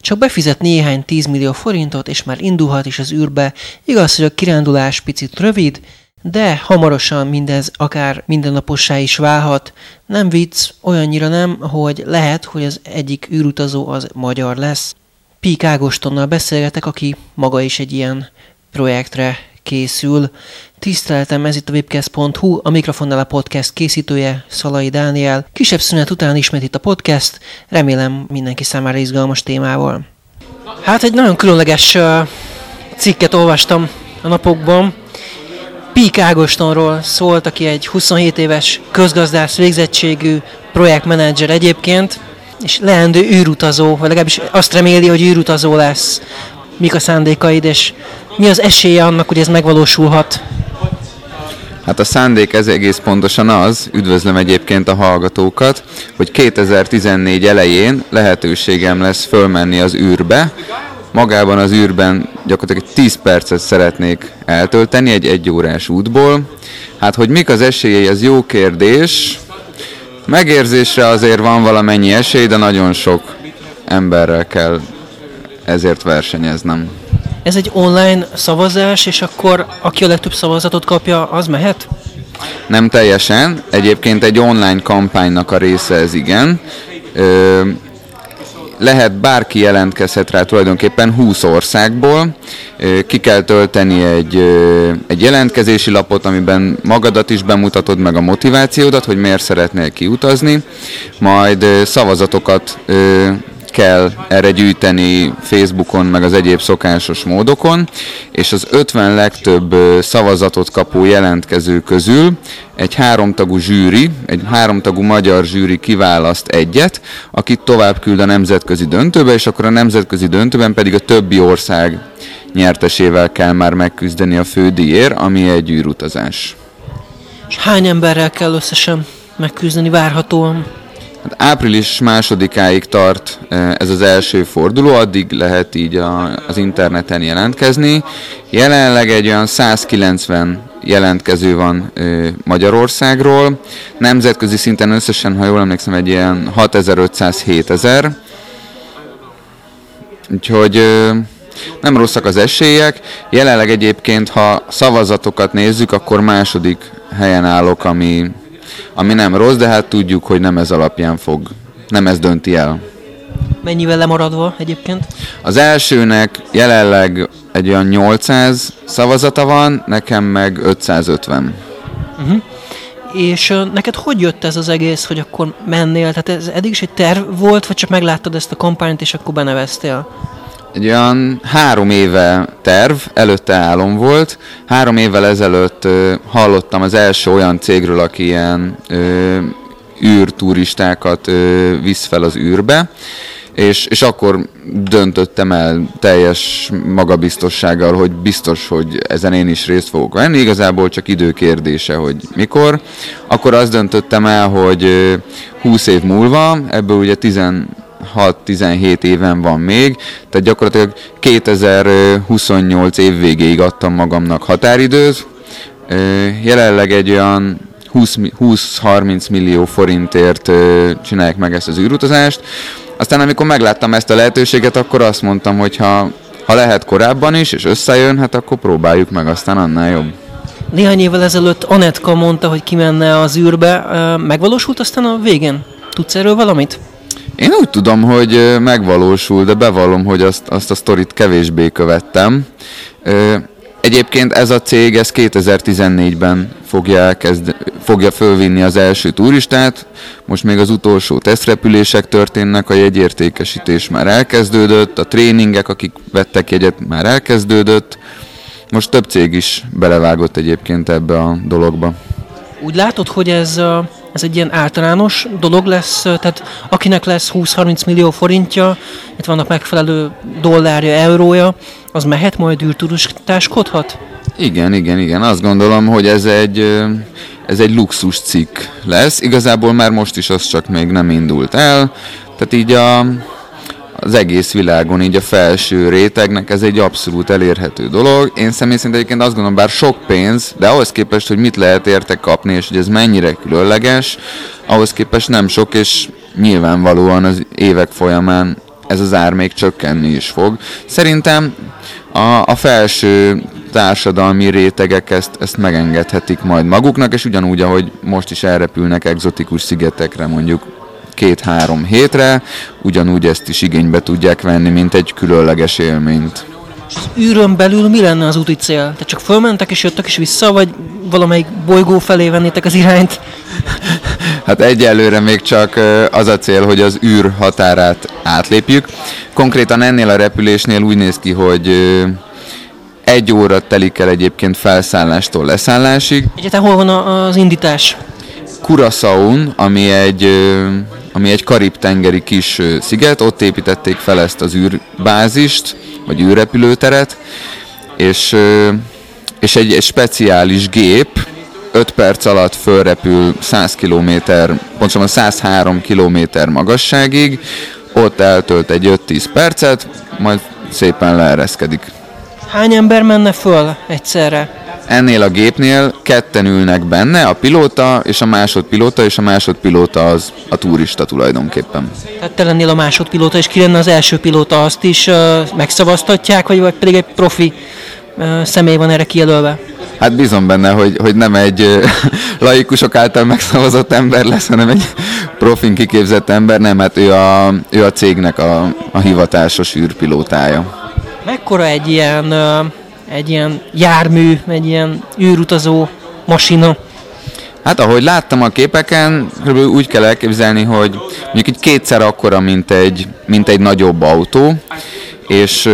Csak befizet néhány 10 millió forintot, és már indulhat is az űrbe. Igaz, hogy a kirándulás picit rövid, de hamarosan mindez akár mindennapossá is válhat. Nem vicc, olyannyira nem, hogy lehet, hogy az egyik űrutazó az magyar lesz. Pík Ágostonnal beszélgetek, aki maga is egy ilyen projektre készül. Tiszteletem, ez itt a webcast.hu, a mikrofonnál a podcast készítője, Szalai Dániel. Kisebb szünet után ismét itt a podcast, remélem mindenki számára izgalmas témával. Hát egy nagyon különleges cikket olvastam a napokban. Pík Ágostonról szólt, aki egy 27 éves közgazdász végzettségű projektmenedzser egyébként, és leendő űrutazó, vagy legalábbis azt reméli, hogy űrutazó lesz. Mik a szándékaid, és mi az esélye annak, hogy ez megvalósulhat? Hát a szándék ez egész pontosan az, üdvözlöm egyébként a hallgatókat, hogy 2014 elején lehetőségem lesz fölmenni az űrbe. Magában az űrben gyakorlatilag 10 percet szeretnék eltölteni egy 1 órás útból. Hát, hogy mik az esélyei, az jó kérdés. Megérzésre azért van valamennyi esély, de nagyon sok emberrel kell ezért versenyeznem. Ez egy online szavazás, és akkor aki a legtöbb szavazatot kapja, az mehet? Nem teljesen. Egyébként egy online kampánynak a része ez, igen. Lehet, bárki jelentkezhet rá tulajdonképpen 20 országból. Ki kell tölteni egy jelentkezési lapot, amiben magadat is bemutatod, meg a motivációdat, hogy miért szeretnél kiutazni. Majd szavazatokat kell erre gyűjteni Facebookon, meg az egyéb szokásos módokon, és az 50 legtöbb szavazatot kapó jelentkező közül egy 3-tagú zsűri, egy 3-tagú magyar zsűri kiválaszt egyet, akit tovább küld a nemzetközi döntőbe, és akkor a nemzetközi döntőben pedig a többi ország nyertesével kell már megküzdeni a fődíjért, ami egy űrutazás. És hány emberrel kell összesen megküzdeni várhatóan? Hát április 2-áig tart ez az első forduló, addig lehet így az interneten jelentkezni. Jelenleg egy olyan 190 jelentkező van Magyarországról. Nemzetközi szinten összesen, ha jól emlékszem, egy ilyen 6500-7000. Úgyhogy nem rosszak az esélyek. Jelenleg egyébként, ha szavazatokat nézzük, akkor második helyen állok, ami nem rossz, de hát tudjuk, hogy nem ez alapján nem ez dönti el. Mennyivel lemaradva egyébként? Az elsőnek jelenleg egy olyan 800 szavazata van, nekem meg 550. Uh-huh. És neked hogy jött ez az egész, hogy akkor mennél? Tehát ez eddig is egy terv volt, vagy csak megláttad ezt a kampányt, és akkor beneveztél? Egy olyan 3 éve terv, előtte álom volt. 3 évvel ezelőtt hallottam az első olyan cégről, aki ilyen űrturistákat visz fel az űrbe, és akkor döntöttem el teljes magabiztossággal, hogy biztos, hogy ezen én is részt fogok venni, igazából csak idő kérdése, hogy mikor. Akkor azt döntöttem el, hogy 20 év múlva, ebből ugye 16-17 éven van még, tehát gyakorlatilag 2028 év végéig adtam magamnak határidőt. Jelenleg egy olyan 20-30 millió forintért csinálják meg ezt az űrutazást. Aztán amikor megláttam ezt a lehetőséget, akkor azt mondtam, hogy ha lehet korábban is, és összejön, hát akkor próbáljuk meg, aztán annál jobb. Néhány évvel ezelőtt Anetka mondta, hogy kimenne az űrbe. Megvalósult aztán a végén? Tudsz erről valamit? Én úgy tudom, hogy megvalósul, de bevallom, hogy azt a sztorit kevésbé követtem. Egyébként ez a cég 2014-ben fogja fölvinni az első turistát. Most még az utolsó tesztrepülések történnek, a jegyértékesítés már elkezdődött, a tréningek, akik vettek jegyet, már elkezdődött. Most több cég is belevágott egyébként ebbe a dologba. Úgy látod, hogy ez egy ilyen általános dolog lesz, tehát akinek lesz 20-30 millió forintja, itt vannak megfelelő dollárja, eurója, az mehet majd űrturistáskodhat? Igen. Azt gondolom, hogy ez egy luxus cikk lesz. Igazából már most is az csak még nem indult el. Tehát így az egész világon, így a felső rétegnek ez egy abszolút elérhető dolog. Én személy szerint egyébként azt gondolom, bár sok pénz, de ahhoz képest, hogy mit lehet érte kapni, és hogy ez mennyire különleges, ahhoz képest nem sok, és nyilvánvalóan az évek folyamán ez az ár még csökkenni is fog. Szerintem a felső társadalmi rétegek ezt megengedhetik majd maguknak, és ugyanúgy, ahogy most is elrepülnek egzotikus szigetekre mondjuk 2-3 hétre, ugyanúgy ezt is igénybe tudják venni, mint egy különleges élményt. Az űrön belül mi lenne az úti cél? Tehát csak fölmentek és jöttek is vissza, vagy valamelyik bolygó felé vennétek az irányt? Hát egyelőre még csak az a cél, hogy az űr határát átlépjük. Konkrétan ennél a repülésnél úgy néz ki, hogy 1 óra telik el egyébként felszállástól leszállásig. Egyáltalán hol van az indítás? Curaçaón, ami egy karib-tengeri kis sziget, ott építették fel ezt az űrbázist, vagy űrrepülőteret, és egy speciális gép 5 perc alatt fölrepül 100 km, pontosabban 103 km magasságig, ott eltölt egy 5-10 percet, majd szépen leereszkedik. Hány ember menne föl egyszerre? Ennél a gépnél 2 ülnek benne, a pilóta és a másodpilóta, és a másodpilóta az a turista tulajdonképpen. Tehát te lennél a másodpilóta, és ki lenne az első pilóta, azt is megszavaztatják, vagy pedig egy profi személy van erre kijelölve? Hát bízom benne, hogy nem egy laikusok által megszavazott ember lesz, hanem egy profin kiképzett ember, nem, hát ő a cégnek a hivatásos űrpilótája. Mekkora egy ilyen jármű, egy ilyen űrutazó masina? Hát ahogy láttam a képeken, kb. Úgy kell elképzelni, hogy mondjuk így 2-szer akkora, mint egy nagyobb autó, és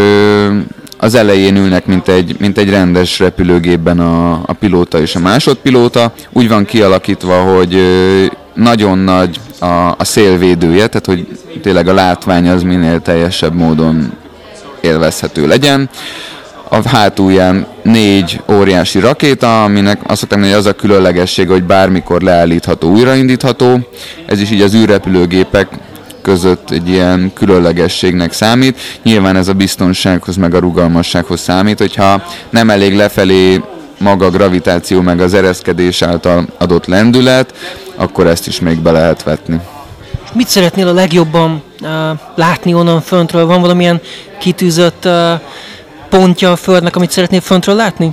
az elején ülnek, mint egy rendes repülőgépben a pilóta és a másodpilóta. Úgy van kialakítva, hogy nagyon nagy a szélvédője, tehát hogy tényleg a látvány az minél teljesebb módon élvezhető legyen. A hátulján 4 óriási rakéta, aminek azt szoktam mondani, hogy az a különlegesség, hogy bármikor leállítható, újraindítható. Ez is így az űrrepülőgépek között egy ilyen különlegességnek számít. Nyilván ez a biztonsághoz meg a rugalmassághoz számít, hogyha nem elég lefelé maga a gravitáció meg az ereszkedés által adott lendület, akkor ezt is még be lehet vetni. Mit szeretnél a legjobban látni onnan föntről? Van valamilyen kitűzött pontja a Földnek, amit szeretnél föntről látni?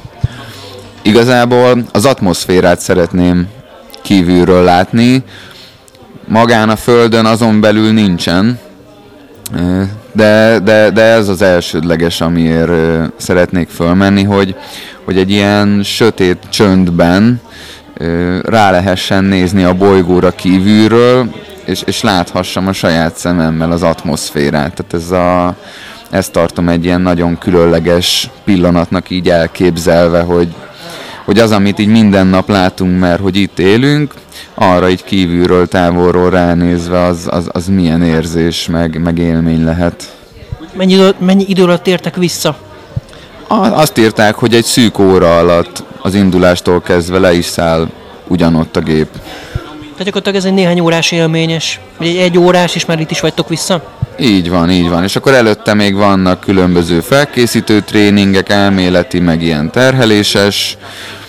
Igazából az atmoszférát szeretném kívülről látni. Magán a Földön azon belül nincsen, de ez az elsődleges, amiért szeretnék fölmenni, hogy egy ilyen sötét csöndben rá lehessen nézni a bolygóra kívülről, és láthassam a saját szememmel az atmoszférát. Tehát ezt tartom egy ilyen nagyon különleges pillanatnak így elképzelve, hogy az, amit így minden nap látunk, mert hogy itt élünk, arra így kívülről, távolról ránézve az milyen érzés, meg élmény lehet. Mennyi idő alatt értek vissza? Azt írták, hogy egy szűk óra alatt az indulástól kezdve le is száll ugyanott a gép. Tehát gyakorlatilag ez egy néhány órás élményes, vagy egy órás, és már itt is vagytok vissza? Így van. És akkor előtte még vannak különböző felkészítő tréningek, elméleti, meg ilyen terheléses.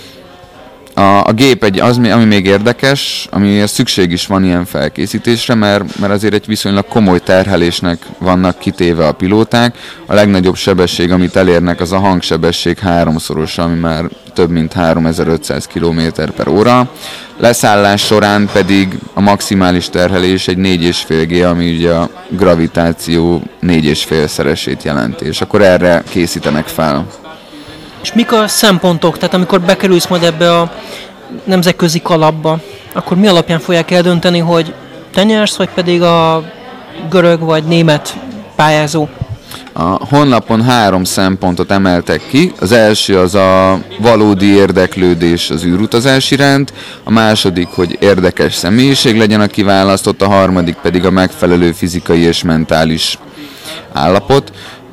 A gép ami még érdekes, amiért szükség is van ilyen felkészítésre, mert azért egy viszonylag komoly terhelésnek vannak kitéve a pilóták. A legnagyobb sebesség, amit elérnek, az a hangsebesség 3-szorosa, ami már több mint 3500 km/h. Leszállás során pedig a maximális terhelés egy 4,5 G, ami ugye a gravitáció 4,5-szeresét jelenti, és akkor erre készítenek fel. És mik a szempontok? Tehát amikor bekerülsz majd ebbe a nemzetközi kalapba, akkor mi alapján fogják eldönteni, hogy te nyersz, vagy pedig a görög vagy német pályázó? A honlapon 3 szempontot emeltek ki. Az első az a valódi érdeklődés az űrutazás iránt, a második, hogy érdekes személyiség legyen a kiválasztott, a harmadik pedig a megfelelő fizikai és mentális állapot.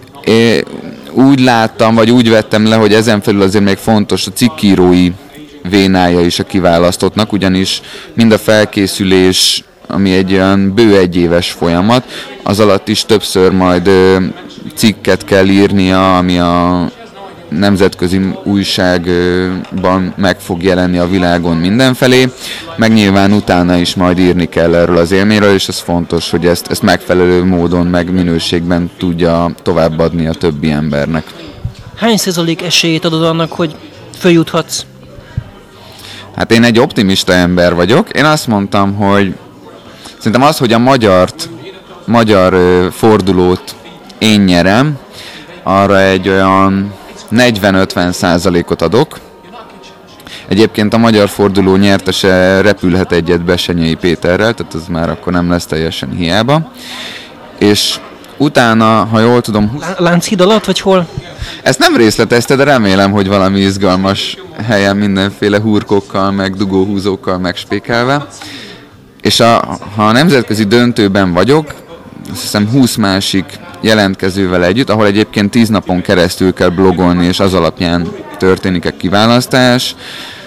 Úgy láttam, vagy úgy vettem le, hogy ezen felül azért még fontos a cikkírói vénája is a kiválasztottnak, ugyanis mind a felkészülés, ami egy olyan bő 1 éves folyamat, az alatt is többször majd cikket kell írnia, ami nemzetközi újságban meg fog jelenni a világon mindenfelé, meg nyilván utána is majd írni kell erről az élményről, és ez fontos, hogy ezt megfelelő módon, meg minőségben tudja továbbadni a többi embernek. Hány százalék esélyt adod annak, hogy följuthatsz? Hát én egy optimista ember vagyok. Én azt mondtam, hogy szerintem az, hogy a magyar fordulót én nyerem, arra egy olyan 40-50%-ot adok. Egyébként a magyar forduló nyertese repülhet egyet Bessenyei Péterrel, tehát az már akkor nem lesz teljesen hiába. És utána, ha jól tudom... Lánchíd alatt, vagy hol? Ezt nem részletezte, de remélem, hogy valami izgalmas helyen mindenféle hurkokkal, meg dugóhúzókkal megspékelve. És ha a nemzetközi döntőben vagyok, azt hiszem 20 másik jelentkezővel együtt, ahol egyébként 10 napon keresztül kell blogolni, és az alapján történik a kiválasztás.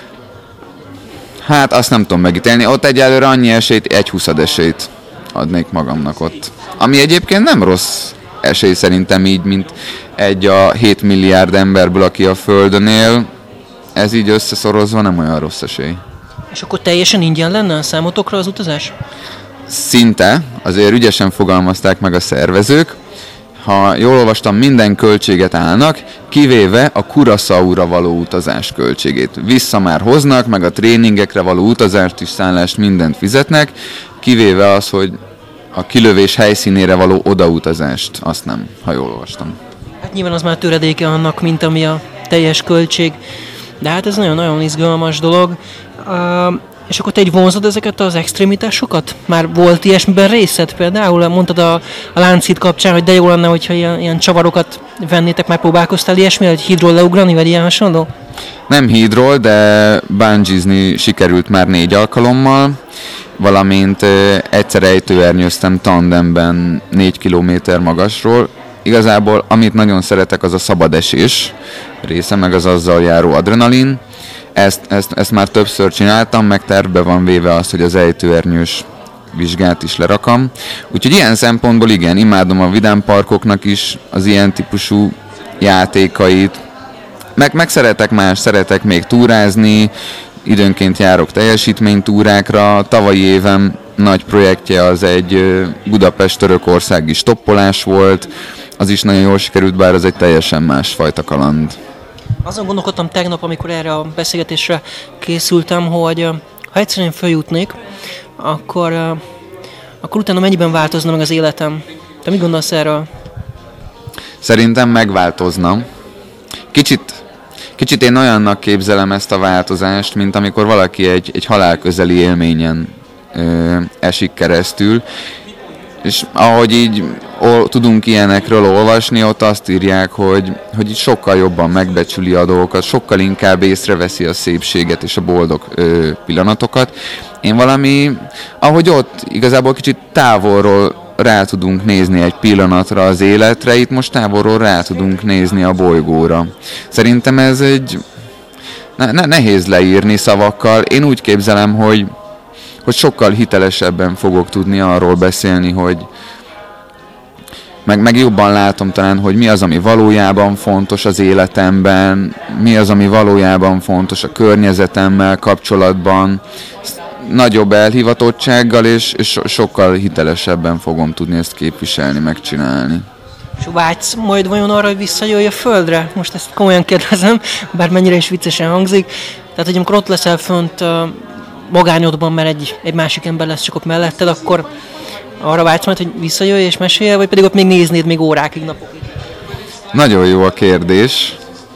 Hát azt nem tudom megítélni. Ott egyelőre annyi esélyt, 1/20 esélyt adnék magamnak ott. Ami egyébként nem rossz esély szerintem így, mint egy a 7 milliárd emberből, aki a Földön él. Ez így összeszorozva nem olyan rossz esély. És akkor teljesen ingyen lenne a számotokra az utazás? Szinte, azért ügyesen fogalmazták meg a szervezők. Ha jól olvastam, minden költséget állnak, kivéve a Curaçaóra való utazás költségét. Vissza már hoznak, meg a tréningekre való utazást és szállást mindent fizetnek, kivéve az, hogy a kilövés helyszínére való odautazást, azt nem, ha jól olvastam. Hát nyilván az már töredéke annak, mint ami a teljes költség. De hát ez nagyon-nagyon izgalmas dolog. És akkor te így vonzod ezeket az extrémitásokat? Már volt ilyesmiben részed például? Mondtad a Lánchíd kapcsán, hogy de jó lenne, hogyha ilyen csavarokat vennétek, már próbálkoztál ilyesmi, hogy hídról leugrani, vagy ilyen hasonló? Nem hídról, de bungeezni sikerült már 4 alkalommal, valamint egyszer ejtőernyőztem tandemben 4 kilométer magasról. Igazából amit nagyon szeretek, az a szabadesés része, meg az azzal járó adrenalin. Ezt már többször csináltam, meg tervbe van véve az, hogy az ejtőernyős vizsgát is lerakam. Úgyhogy ilyen szempontból igen, imádom a vidámparkoknak is az ilyen típusú játékait. Meg szeretek még túrázni, időnként járok teljesítménytúrákra. Tavalyi évem nagy projektje az egy Budapest-Törökországi stoppolás volt. Az is nagyon jól sikerült, bár az egy teljesen másfajta kaland. Azon gondolkodtam tegnap, amikor erre a beszélgetésre készültem, hogy ha egyszerűen feljutnék, akkor utána mennyiben változna meg az életem? Te mit gondolsz erről? Szerintem megváltozna. Kicsit én olyannak képzelem ezt a változást, mint amikor valaki egy halálközeli élményen esik keresztül, és ahogy így tudunk ilyenekről olvasni, ott azt írják, hogy így sokkal jobban megbecsüli a dolgokat, sokkal inkább észreveszi a szépséget és a boldog pillanatokat. Én ahogy ott igazából kicsit távolról rá tudunk nézni egy pillanatra az életre, itt most távolról rá tudunk nézni a bolygóra. Szerintem ez egy nehéz leírni szavakkal. Én úgy képzelem, hogy sokkal hitelesebben fogok tudni arról beszélni, hogy meg jobban látom talán, hogy mi az, ami valójában fontos az életemben, mi az, ami valójában fontos a környezetemmel kapcsolatban, nagyobb elhivatottsággal, és sokkal hitelesebben fogom tudni ezt képviselni, megcsinálni. És vágysz majd vajon arra, hogy visszajöjj a Földre? Most ezt komolyan kérdezem, bármennyire is viccesen hangzik. Tehát, hogy amikor ott leszel fönt magányodban, mert egy másik ember lesz csak ott melletted, akkor arra vágysz majd, hogy visszajöjj és mesélj, vagy pedig ott még néznéd még órákig, napokig? Nagyon jó a kérdés.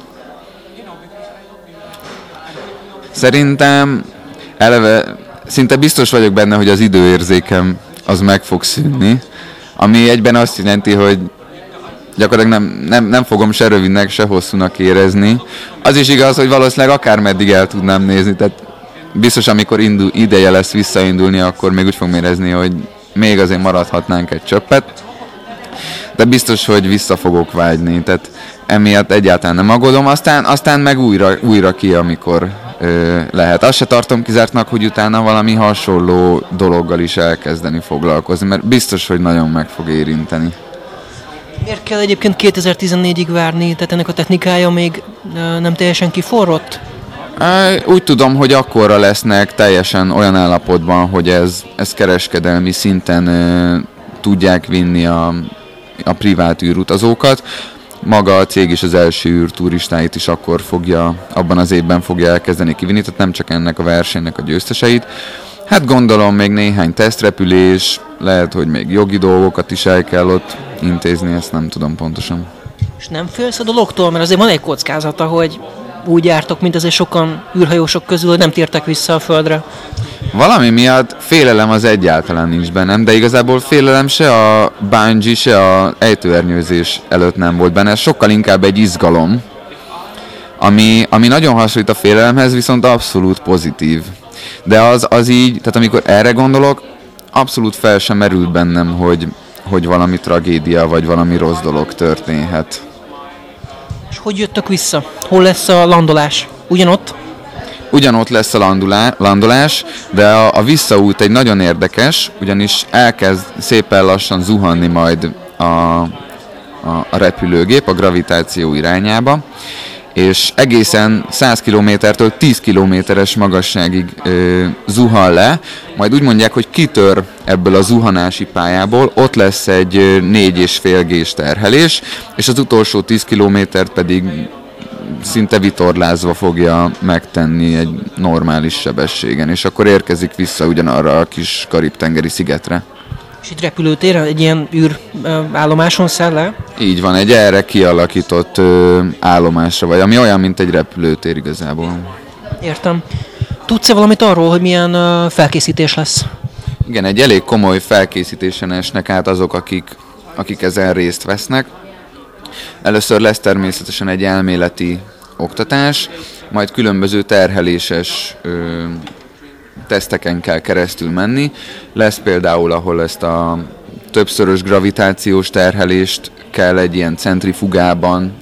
Szerintem eleve szinte biztos vagyok benne, hogy az időérzékem az meg fog szűnni, ami egyben azt jelenti, hogy gyakorlatilag nem fogom se rövidnek, se hosszúnak érezni. Az is igaz, hogy valószínűleg akármeddig el tudnám nézni, tehát biztos, amikor ideje lesz visszaindulni, akkor még úgy fogom érezni, hogy még azért maradhatnánk egy csöppet, de biztos, hogy vissza fogok vágyni, tehát emiatt egyáltalán nem aggódom, aztán meg újra ki, amikor lehet. Azt se tartom kizártnak, hogy utána valami hasonló dologgal is elkezdeni foglalkozni, mert biztos, hogy nagyon meg fog érinteni. Miért kell egyébként 2014-ig várni? Tehát ennek a technikája még nem teljesen kiforrott? Úgy tudom, hogy akkorra lesznek teljesen olyan állapotban, hogy ez kereskedelmi szinten tudják vinni a privát űrutazókat. Maga a cég is az első űrturistáit is akkor abban az évben fogja elkezdeni kivinni, tehát nem csak ennek a versenynek a győzteseit. Hát gondolom még néhány tesztrepülés, lehet, hogy még jogi dolgokat is el kell ott intézni, ezt nem tudom pontosan. És nem félsz a dologtól, mert azért van egy kockázata, hogy úgy jártok, mint azért sokan űrhajósok közül, hogy nem tértek vissza a Földre. Valami miatt félelem az egyáltalán nincs bennem, de igazából félelem se a bungee, se a ejtőernyőzés előtt nem volt benne, ez sokkal inkább egy izgalom, ami nagyon hasonlít a félelemhez, viszont abszolút pozitív. De az így, tehát amikor erre gondolok, abszolút fel sem merült bennem, hogy valami tragédia, vagy valami rossz dolog történhet. És hogy jöttök vissza? Hol lesz a landolás? Ugyanott? Ugyanott lesz a landolás, de a visszaút egy nagyon érdekes, ugyanis elkezd szépen lassan zuhanni majd a repülőgép a gravitáció irányába, és egészen 100 kilométertől 10 kilométeres magasságig zuhan le, majd úgy mondják, hogy kitör ebből a zuhanási pályából, ott lesz egy 4,5 G-s terhelés, és az utolsó 10 kilométert pedig szinte vitorlázva fogja megtenni egy normális sebességen, és akkor érkezik vissza ugyanarra a kis Karib-tengeri szigetre. És itt repülőtéren egy ilyen űrállomáson száll le? Így van, egy erre kialakított állomásra vagy, ami olyan, mint egy repülőtér igazából. Értem. Tudsz-e valamit arról, hogy milyen felkészítés lesz? Igen, egy elég komoly felkészítésen esnek át azok, akik ezen részt vesznek. Először lesz természetesen egy elméleti oktatás, majd különböző terheléses teszteken kell keresztül menni. Lesz például, ahol ezt a többszörös gravitációs terhelést kell egy ilyen centrifugában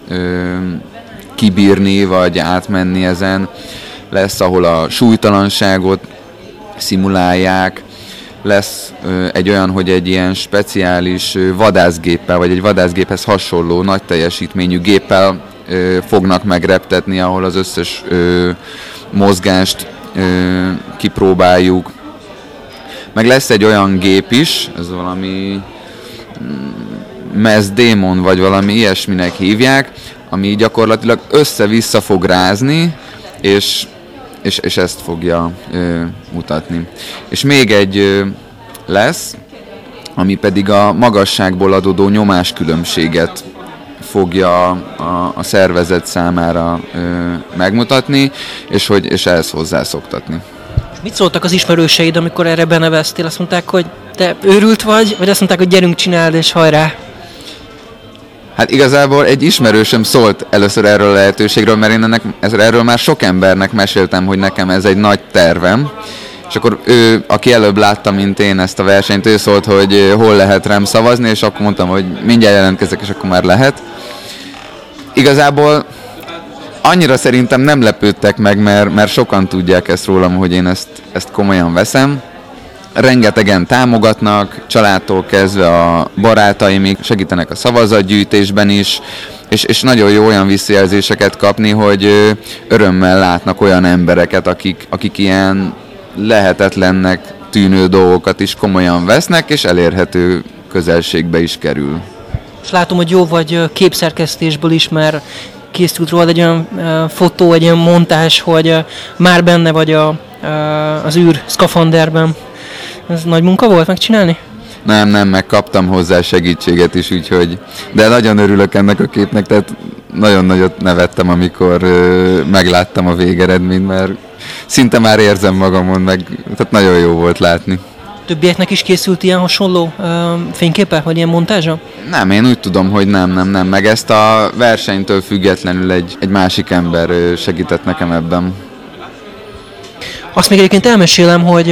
kibírni, vagy átmenni ezen. Lesz, ahol a súlytalanságot szimulálják. Lesz egy olyan, hogy egy ilyen speciális vadászgéppel, vagy egy vadászgéphez hasonló nagy teljesítményű géppel fognak megreptetni, ahol az összes mozgást kipróbáljuk. Meg lesz egy olyan gép is, ez valami Mass Demon, vagy valami ilyesminek hívják, ami gyakorlatilag össze-vissza fog rázni, és ezt fogja mutatni. És még egy lesz, ami pedig a magasságból adódó nyomáskülönbséget fogja a szervezet számára megmutatni, és ehhez hozzászoktatni. Mit szóltak az ismerőseid, amikor erre beneveztél? Azt mondták, hogy te őrült vagy azt mondták, hogy gyerünk, csináld, és hajrá? Hát igazából egy ismerősöm szólt először erről a lehetőségről, mert én erről már sok embernek meséltem, hogy nekem ez egy nagy tervem, és akkor ő, aki előbb látta, mint én ezt a versenyt, ő szólt, hogy hol lehet rám szavazni, és akkor mondtam, hogy mindjárt jelentkezek, és akkor már lehet. Igazából annyira szerintem nem lepődtek meg, mert sokan tudják ezt rólam, hogy én ezt komolyan veszem. Rengetegen támogatnak, családtól kezdve a barátaimig segítenek a szavazatgyűjtésben is, és nagyon jó olyan visszajelzéseket kapni, hogy örömmel látnak olyan embereket, akik ilyen lehetetlennek tűnő dolgokat is komolyan vesznek, és elérhető közelségbe is kerül. És látom, hogy jó vagy képszerkesztésből is, mert készült rólad egy olyan fotó, egy olyan montázs, hogy már benne vagy az űr szkafanderben. Ez nagy munka volt megcsinálni? Nem, megkaptam hozzá segítséget is, úgyhogy... De nagyon örülök ennek a képnek, tehát nagyon nagyot nevettem, amikor megláttam a végeredményt, mert szinte már érzem magamon, tehát nagyon jó volt látni. Többieknek is készült ilyen hasonló fényképe, vagy ilyen montázsa? Nem, én úgy tudom, hogy nem, meg ezt a versenytől függetlenül egy másik ember segített nekem ebben. Azt még egyébként elmesélem, hogy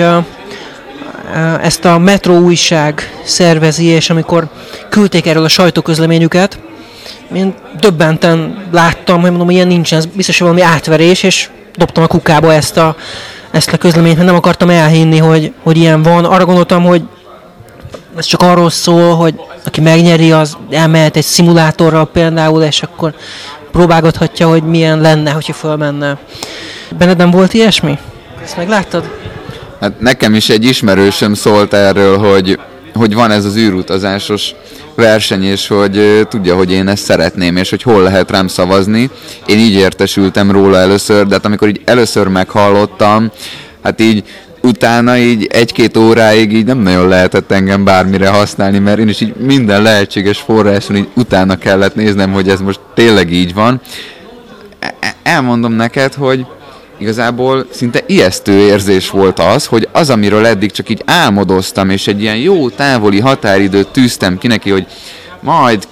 ezt a Metro újság szervezi, és amikor küldték erről a sajtóközleményüket, én döbbenten láttam, hogy mondom, ilyen nincsen, ez biztos valami átverés, és dobtam a kukába ezt a közleményt, mert nem akartam elhinni, hogy ilyen van. Arra gondoltam, hogy Ez csak arról szól, hogy aki megnyeri, az elmehet egy szimulátorral például, és akkor próbálgathatja, hogy milyen lenne, hogyha fölmenne. Benned nem volt ilyesmi? Ezt megláttad? Hát nekem is egy ismerősöm szólt erről, hogy van ez az űrutazásos verseny, és hogy tudja, hogy én ezt szeretném, és hogy hol lehet rám szavazni. Én így értesültem róla először, de hát amikor így először meghallottam, hát így utána így 1-2 óráig így nem nagyon lehetett engem bármire használni, mert én is így minden lehetséges forráson így utána kellett néznem, hogy ez most tényleg így van. Elmondom neked, hogy igazából szinte ijesztő érzés volt az, hogy az, amiről eddig csak így álmodoztam, és egy ilyen jó távoli határidőt tűztem ki neki, hogy majd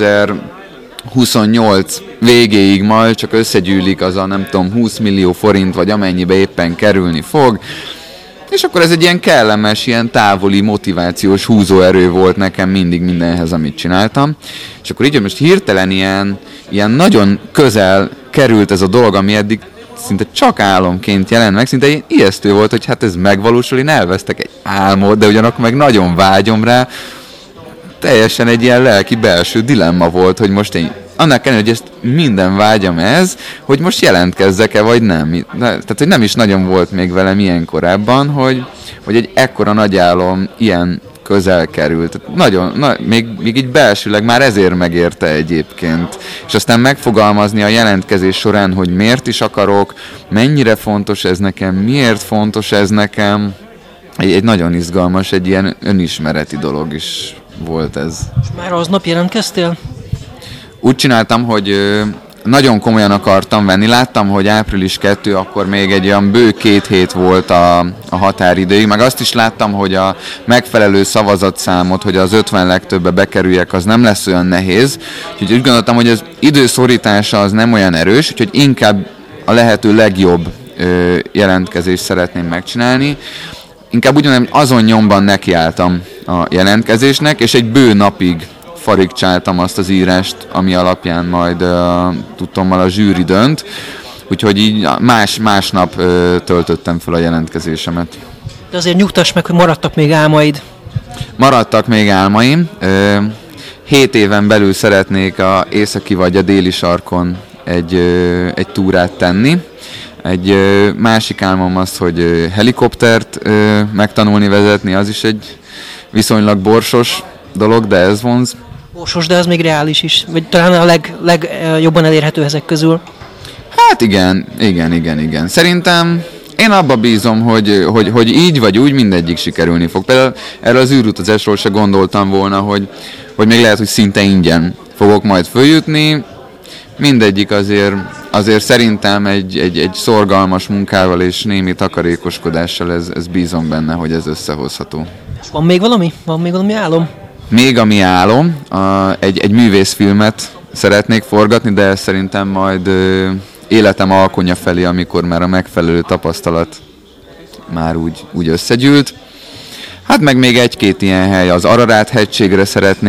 2028 végéig majd csak összegyűlik az a nem tudom 20 millió forint, vagy amennyibe éppen kerülni fog, és akkor ez egy ilyen kellemes, ilyen távoli motivációs húzóerő volt nekem mindig mindenhez, amit csináltam. És akkor így most hirtelen ilyen nagyon közel került ez a dolog, ami eddig szinte csak álomként jelent meg, szinte ilyen ijesztő volt, hogy hát ez megvalósul, én elvesztek egy álmot, de ugyanakkor meg nagyon vágyom rá. Teljesen egy ilyen lelki belső dilemma volt, hogy most én annak ellenére, hogy ezt minden vágyam ez, hogy most jelentkezzek-e, vagy nem. Tehát, hogy nem is nagyon volt még velem ilyen korábban, hogy egy ekkora nagy álom ilyen közel került. Még így belsőleg már ezért megérte egyébként. És aztán megfogalmazni a jelentkezés során, hogy miért is akarok, mennyire fontos ez nekem, miért fontos ez nekem. Egy nagyon izgalmas, egy ilyen önismereti dolog is volt ez. Már aznap jelentkeztél? Úgy csináltam, hogy nagyon komolyan akartam venni. Láttam, hogy április 2, akkor még egy olyan bő 2 hét volt a határidőig, meg azt is láttam, hogy a megfelelő szavazatszámot, hogy az 50 legtöbbe bekerüljek, az nem lesz olyan nehéz. Úgyhogy úgy gondoltam, hogy az időszorítása az nem olyan erős, úgyhogy inkább a lehető legjobb jelentkezést szeretném megcsinálni. Inkább úgy mondom, hogy azon nyomban nekiálltam a jelentkezésnek, és egy bő napig farigcsáltam azt az írást, ami alapján majd tudtommal a zsűri dönt, úgyhogy így másnap töltöttem fel a jelentkezésemet. De azért nyugtass meg, hogy maradtak még álmaid. Maradtak még álmaim. 7 éven belül szeretnék a északi vagy a déli sarkon egy túrát tenni. Egy másik álmom az, hogy helikoptert megtanulni vezetni, az is egy viszonylag borsos dolog, de ez vonz. Borsos, de ez még reális is, vagy talán a legjobban elérhető ezek közül. Hát igen. Szerintem én abba bízom, hogy így vagy úgy mindegyik sikerülni fog. Például erről az űrutazásról se gondoltam volna, hogy még lehet, hogy szinte ingyen fogok majd följutni. Mindegyik azért szerintem egy szorgalmas munkával és némi takarékoskodással ez bízom benne, hogy ez összehozható. Van még valami? Van még valami álom? Még ami álom, egy művészfilmet szeretnék forgatni, de szerintem majd életem alkonya felé, amikor már a megfelelő tapasztalat már úgy összegyűlt. Hát meg még 1-2 ilyen hely, az Ararat-hegységre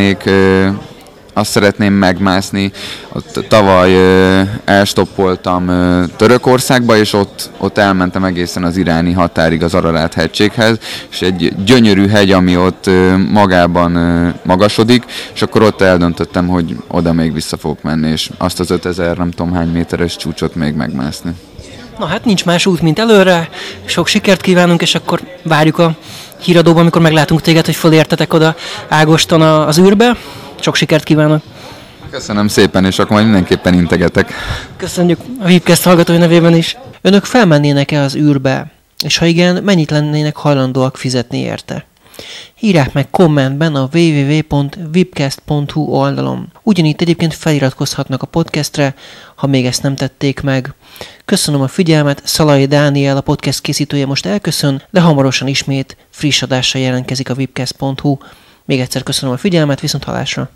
azt szeretném megmászni. Tavaly elstoppoltam Törökországba, és ott elmentem egészen az iráni határig az Ararat-hegységhez, és egy gyönyörű hegy, ami ott magában magasodik, és akkor ott eldöntöttem, hogy oda még vissza fogok menni, és azt az 5000 nem tudom hány méteres csúcsot még megmászni. Na hát nincs más út, mint előre. Sok sikert kívánunk, és akkor várjuk a híradóban, amikor meglátunk téged, hogy fölértetek oda Ágoston az űrbe. Sok sikert kívánok! Köszönöm szépen, és akkor majd mindenképpen integetek. Köszönjük a Vipcast hallgatói nevében is. Önök felmennének-e az űrbe? És ha igen, mennyit lennének hajlandóak fizetni érte? Írják meg kommentben a www.vipcast.hu oldalon. Ugyanígy egyébként feliratkozhatnak a podcastre, ha még ezt nem tették meg. Köszönöm a figyelmet, Szalai Dániel, a podcast készítője most elköszön, de hamarosan ismét friss adással jelentkezik a vipcast.hu. Még egyszer köszönöm a figyelmet, viszont hallásra!